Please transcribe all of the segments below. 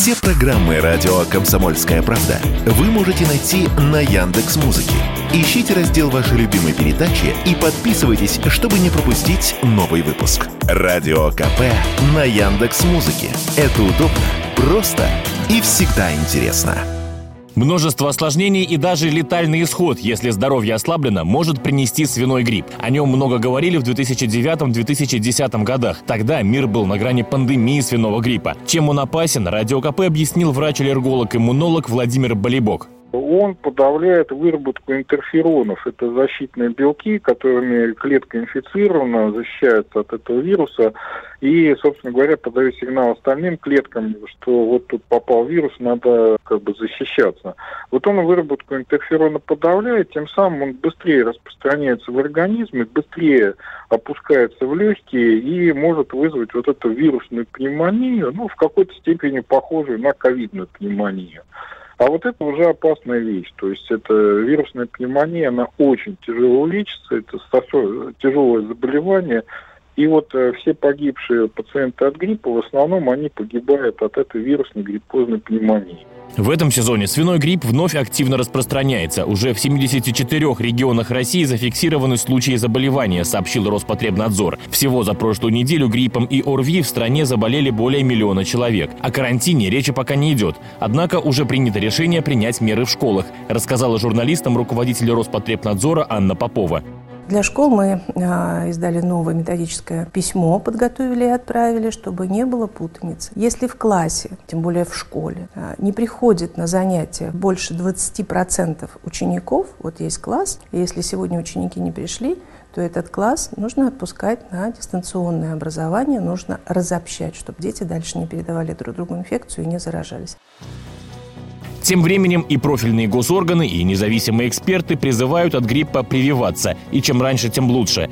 Все программы радио «Комсомольская правда» вы можете найти на Яндекс.Музыке. Ищите раздел вашей любимой передачи и подписывайтесь, чтобы не пропустить новый выпуск. Радио КП на Яндекс.Музыке. Это удобно, просто и всегда интересно. Множество осложнений и даже летальный исход, если здоровье ослаблено, может принести свиной грипп. О нем много говорили в 2009-2010 годах. Тогда мир был на грани пандемии свиного гриппа. Чем он опасен, Радио КП объяснил врач-аллерголог-иммунолог Владимир Болибок. Он подавляет выработку интерферонов. Это защитные белки, которыми клетка инфицирована, защищается от этого вируса. И, собственно говоря, подает сигнал остальным клеткам, что вот тут попал вирус, надо защищаться. Вот он выработку интерферона подавляет, тем самым он быстрее распространяется в организме, быстрее опускается в легкие и может вызвать вот эту вирусную пневмонию, в какой-то степени похожую на ковидную пневмонию. А вот это уже опасная вещь. То есть это вирусная пневмония, она очень тяжело лечится, это тяжелое заболевание. И вот все погибшие пациенты от гриппа, в основном они погибают от этой вирусной гриппозной пневмонии. В этом сезоне свиной грипп вновь активно распространяется. Уже в 74 регионах России зафиксированы случаи заболевания, сообщил Роспотребнадзор. Всего за прошлую неделю гриппом и ОРВИ в стране заболели более 1 миллиона человек. О карантине речи пока не идет. Однако уже принято решение принять меры в школах, рассказала журналистам руководитель Роспотребнадзора Анна Попова. Для школ мы издали новое методическое письмо, подготовили и отправили, чтобы не было путаницы. Если в классе, тем более в школе, не приходит на занятия больше 20% учеников, вот есть класс, и если сегодня ученики не пришли, то этот класс нужно отпускать на дистанционное образование, нужно разобщать, чтобы дети дальше не передавали друг другу инфекцию и не заражались. Тем временем и профильные госорганы, и независимые эксперты призывают от гриппа прививаться. И чем раньше, тем лучше.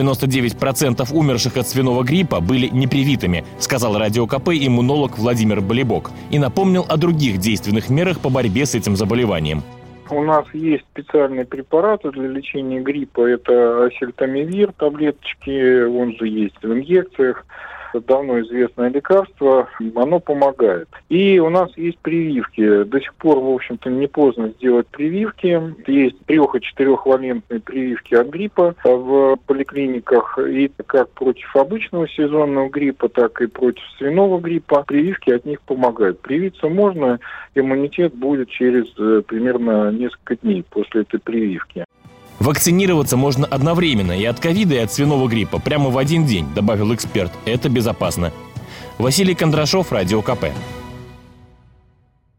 99% умерших от свиного гриппа были непривитыми, сказал Радио КП иммунолог Владимир Болибок. И напомнил о других действенных мерах по борьбе с этим заболеванием. У нас есть специальные препараты для лечения гриппа. Это осельтамивир, таблеточки, он же есть в инъекциях. Это давно известное лекарство, оно помогает. И у нас есть прививки. До сих пор, в общем-то, не поздно сделать прививки. Есть 3- и 4-валентные прививки от гриппа в поликлиниках. И как против обычного сезонного гриппа, так и против свиного гриппа. Прививки от них помогают. Привиться можно, иммунитет будет через примерно несколько дней после этой прививки. Вакцинироваться можно одновременно и от ковида, и от свиного гриппа прямо в один день, добавил эксперт. Это безопасно. Василий Кондрашов, Радио КП.